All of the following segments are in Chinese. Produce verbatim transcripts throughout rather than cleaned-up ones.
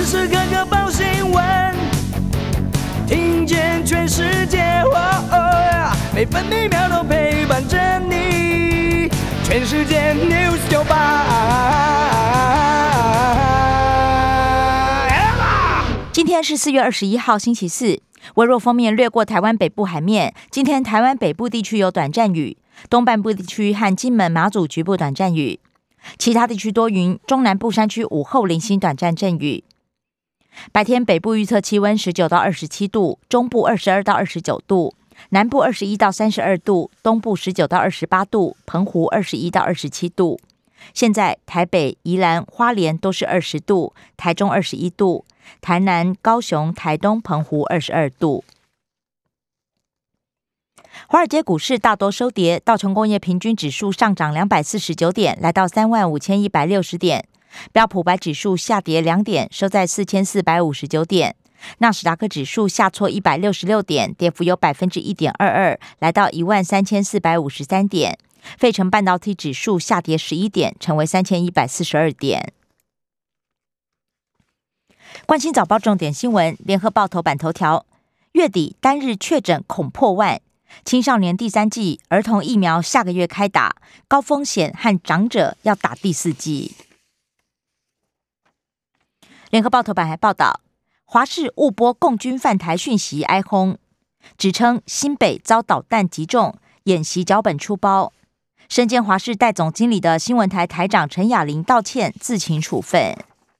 时刻刻报新闻，听见全世界，哦哦，每分每秒都陪伴着你。全世界 News 九八。 今天是四月二十一号，星期四。微弱锋面掠过台湾北部海面，今天台湾北部地区有短暂雨，东半部地区和金门、马祖局部短暂雨，其他地区多云，中南部山区午后零星短暂阵雨。白天北部预测气温十九到二十七度，中部二十二到二十九度，南部二十一到三十二度，东部十九到二十八度，澎湖二十一到二十七度。现在台北、宜兰、花莲都是二十度，台中二十一度，台南、高雄、台东、澎湖二十二度。华尔街股市大多收跌，道琼工业平均指数上涨两百四十九点，来到三万五千一百六十点。标普百指数下跌两点，收在四千四百五十九点。纳斯达克指数下挫一百六十六点，跌幅有百分之一点二二，来到一万三千四百五十三点。费城半导体指数下跌十一点，成为三千一百四十二点。关心早报重点新闻，联合报头版头条：月底单日确诊恐破万，青少年第三剂儿童疫苗下个月开打，高风险和长者要打第四剂。联合报头版还报道，华视误播共军犯台讯息哀轰，指称新北遭导弹击中，演习脚本出包。身兼华视代总经理的新闻台台长陈雅玲道歉，自请处分。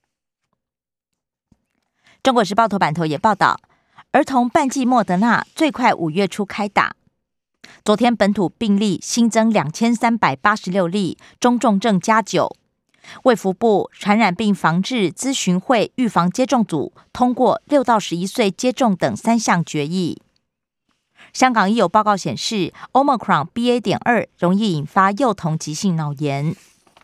中国时报头版头也报道，儿童半剂莫德纳最快五月初开打。昨天本土病例新增两千三百八十六例，中重症加九。卫福部传染病防治咨询会预防接种组通过六到十一岁接种等三项决议。香港亦有报告显示 Omicron B A 点二 容易引发幼童急性脑炎。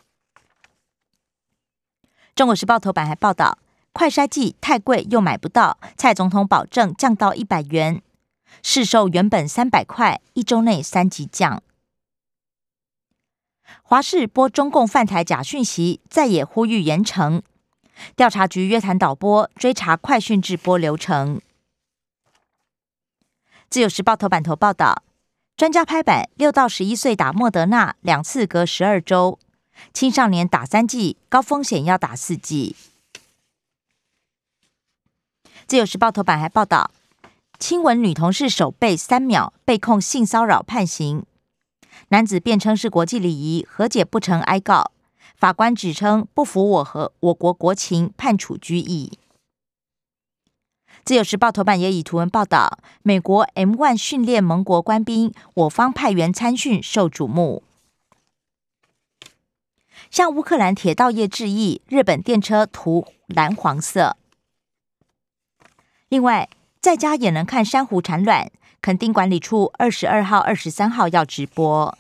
中国时报头版还报道，快筛剂太贵又买不到，蔡总统保证降到一百元，市售原本三百块，一周内三级降。华视播中共犯台假讯息，再也呼吁严惩。调查局约谈导播，追查快讯直播流程。自由时报头版头报道，专家拍板，六到十一岁打莫德纳，两次隔十二周；青少年打三剂，高风险要打四剂。自由时报头版还报道，亲吻女同事手背三秒，被控性骚扰判刑。男子辩称是国际礼仪，和解不成哀告。法官指称不服我和我国国情，判处拘役。自由时报头版也以图文报道，美国 M 一 训练盟国官兵，我方派员参训受瞩目。向乌克兰铁道业致意，日本电车涂蓝黄色。另外，在家也能看珊瑚产卵，垦丁管理处二十二号、二十三号要直播。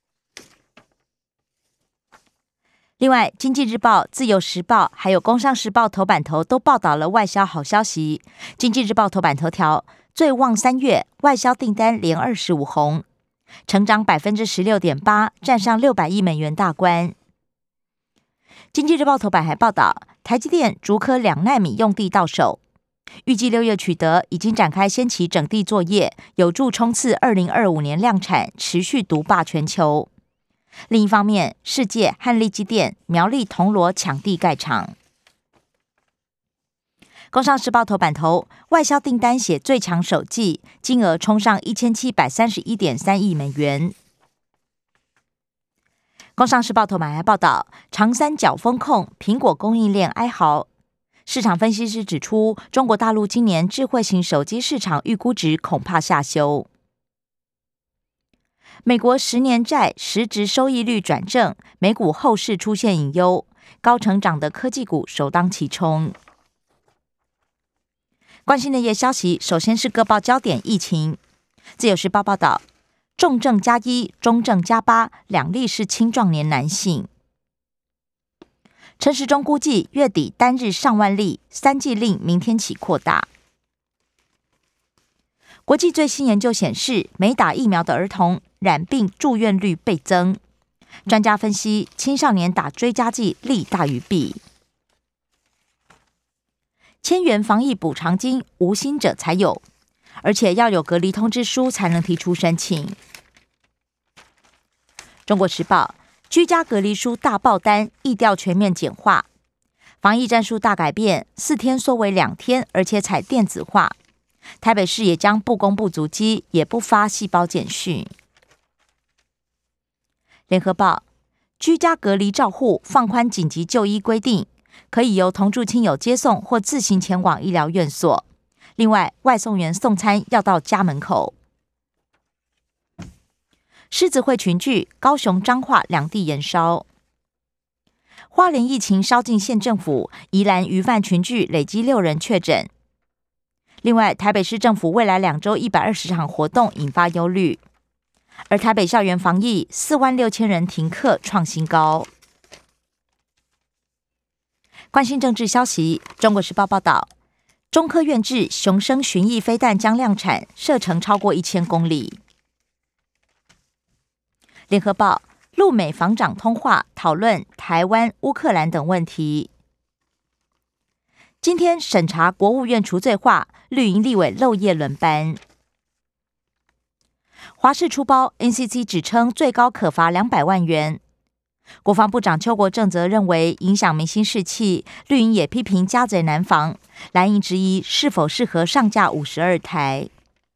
另外，经济日报、自由时报还有工商时报头版头都报道了外销好消息。经济日报头版头条，最旺三月外销订单连二十五红，成长百分之十六点八，站上六百亿美元大关。经济日报头版还报道，台积电竹科两奈米用地到手，预计六月取得，已经展开先期整地作业，有助冲刺二零二五年量产，持续独霸全球。另一方面，世界和力积电、苗栗铜锣抢地盖厂。工商时报头版头，外销订单写最强首季，金额冲上一千七百三十一点三亿美元。工商时报头版还报道，长三角风控，苹果供应链哀嚎。市场分析师指出，中国大陆今年智慧型手机市场预估值恐怕下修。美国十年债实质收益率转正，美股后市出现隐忧，高成长的科技股首当其冲。关心内页消息，首先是各报焦点疫情。自由时报报道，重症加一，中症加八，两例是青壮年男性。陈时中估计月底单日上万例，三剂令明天起扩大。国际最新研究显示，没打疫苗的儿童染病住院率倍增。专家分析，青少年打追加剂利大于弊。 千元防疫补偿金无薪者才有，而且要有隔离通知书才能提出申请。中国时报，居家隔离书大爆单，疫调全面简化，防疫战术大改变，四天缩为两天，而且采电子化。台北市也将不公布足迹，也不发细胞简讯。联合报，居家隔离照护放宽紧急就医规定，可以由同住亲友接送或自行前往医疗院所。另外，外送员送餐要到家门口。狮子会群聚，高雄彰化两地延烧。花莲疫情烧进县政府，宜兰鱼贩群聚累积六人确诊。另外，台北市政府未来两周一百二十场活动引发忧虑，而台北校园防疫四万六千人停课创新高。关心政治消息，中国时报报道，中科院制雄升巡弋飞弹将量产，射程超过一千公里。联合报，陆美防长通话讨论台湾、乌克兰等问题。今天审查国务院除罪化，绿营立委漏夜轮班。华视出包 ，N C C 指称最高可罚两百万元。国防部长邱国正则认为影响民心士气，绿营也批评家贼难防，蓝营质疑是否适合上架五十二台。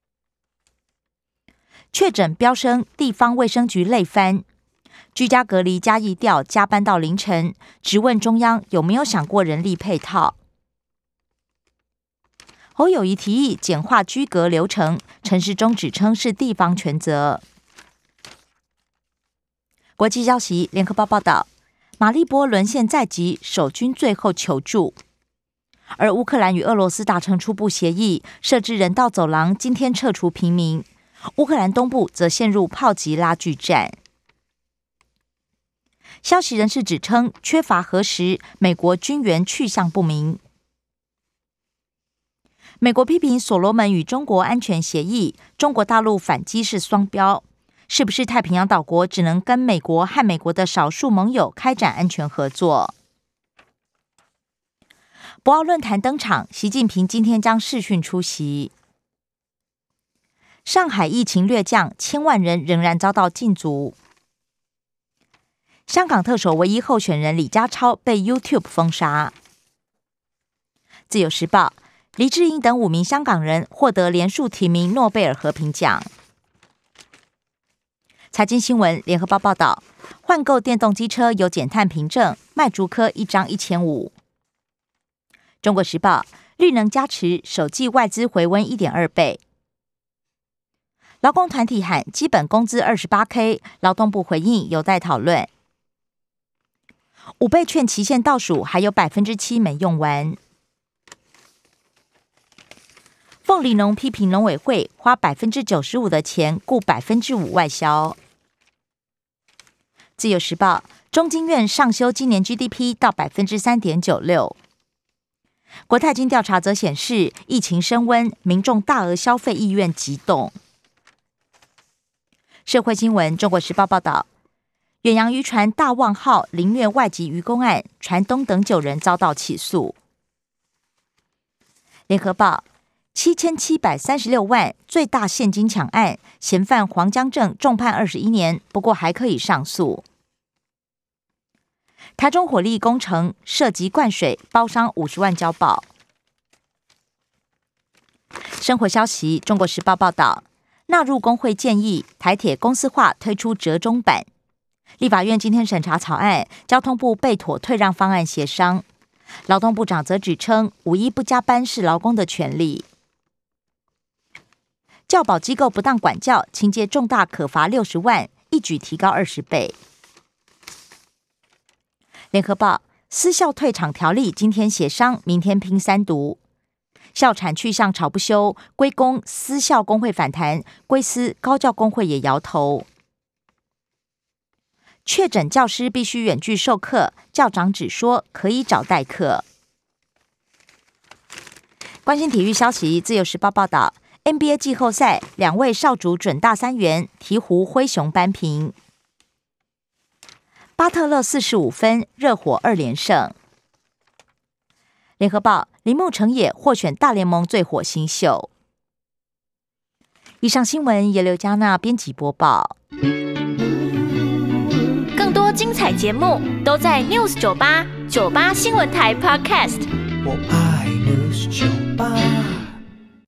确诊飙升，地方卫生局累翻，居家隔离加疫调加班到凌晨，质问中央有没有想过人力配套。侯友宜提议简化居隔流程，陈时中指称是地方权责。国际消息，联合报报道，马利波沦陷在即，守军最后求助。而乌克兰与俄罗斯达成初步协议，设置人道走廊，今天撤除平民。乌克兰东部则陷入炮击拉锯战。消息人士指称，缺乏核实，美国军援去向不明。美国批评所罗门与中国安全协议，中国大陆反击是双标，是不是太平洋岛国只能跟美国和美国的少数盟友开展安全合作？博鳌论坛登场，习近平今天将视讯出席。上海疫情略降，千万人仍然遭到禁足。香港特首唯一候选人李家超被 YouTube 封杀。自由时报，黎智英等五名香港人获得连续提名诺贝尔和平奖。财经新闻，联合报报道，换购电动机车有减碳凭证，卖竹科一张一千五。中国时报，绿能加持，首季外资回温一点二倍。劳工团体喊基本工资 二十八K， 劳动部回应有待讨论。五倍券期限倒数，还有 百分之七 没用完。凤梨农批评农委会花 百分之九十五 的钱雇 百分之五 外销。自由时报，中经院上修今年 G D P 到 百分之三点九六。国泰金调查则显示，疫情升温，民众大额消费意愿急冻。社会新闻，中国时报报道，远洋渔船大望号凌虐外籍渔工案，船东等九人遭到起诉。联合报，七千七百三十六万最大现金抢案，嫌犯黄江正重判二十一年，不过还可以上诉。台中火力工程涉及灌水，包商五十万交保。生活消息，中国时报报道，纳入工会建议，台铁公司化推出折中版。立法院今天审查草案，交通部备妥退让方案协商。劳动部长则指称，五一不加班是劳工的权利。教保机构不当管教，情节重大可罚六十万，一举提高二十倍。联合报，私校退场条例今天协商，明天拼三读。校产去向吵不休，归公私校工会反弹，归私高教工会也摇头。确诊教师必须远距授课，校长只说可以找代课。关心体育消息，自由时报报道 ，N B A 季后赛两位少主准大三元，鹈鹕灰熊扳平。巴特勒四十五分，热火二连胜。联合报， 铃木成也获选大联盟最火新秀。以上新闻由刘嘉娜编辑播报。 更多精彩节目都在 News 九八九八新闻台 Podcast。 我爱 News 九八。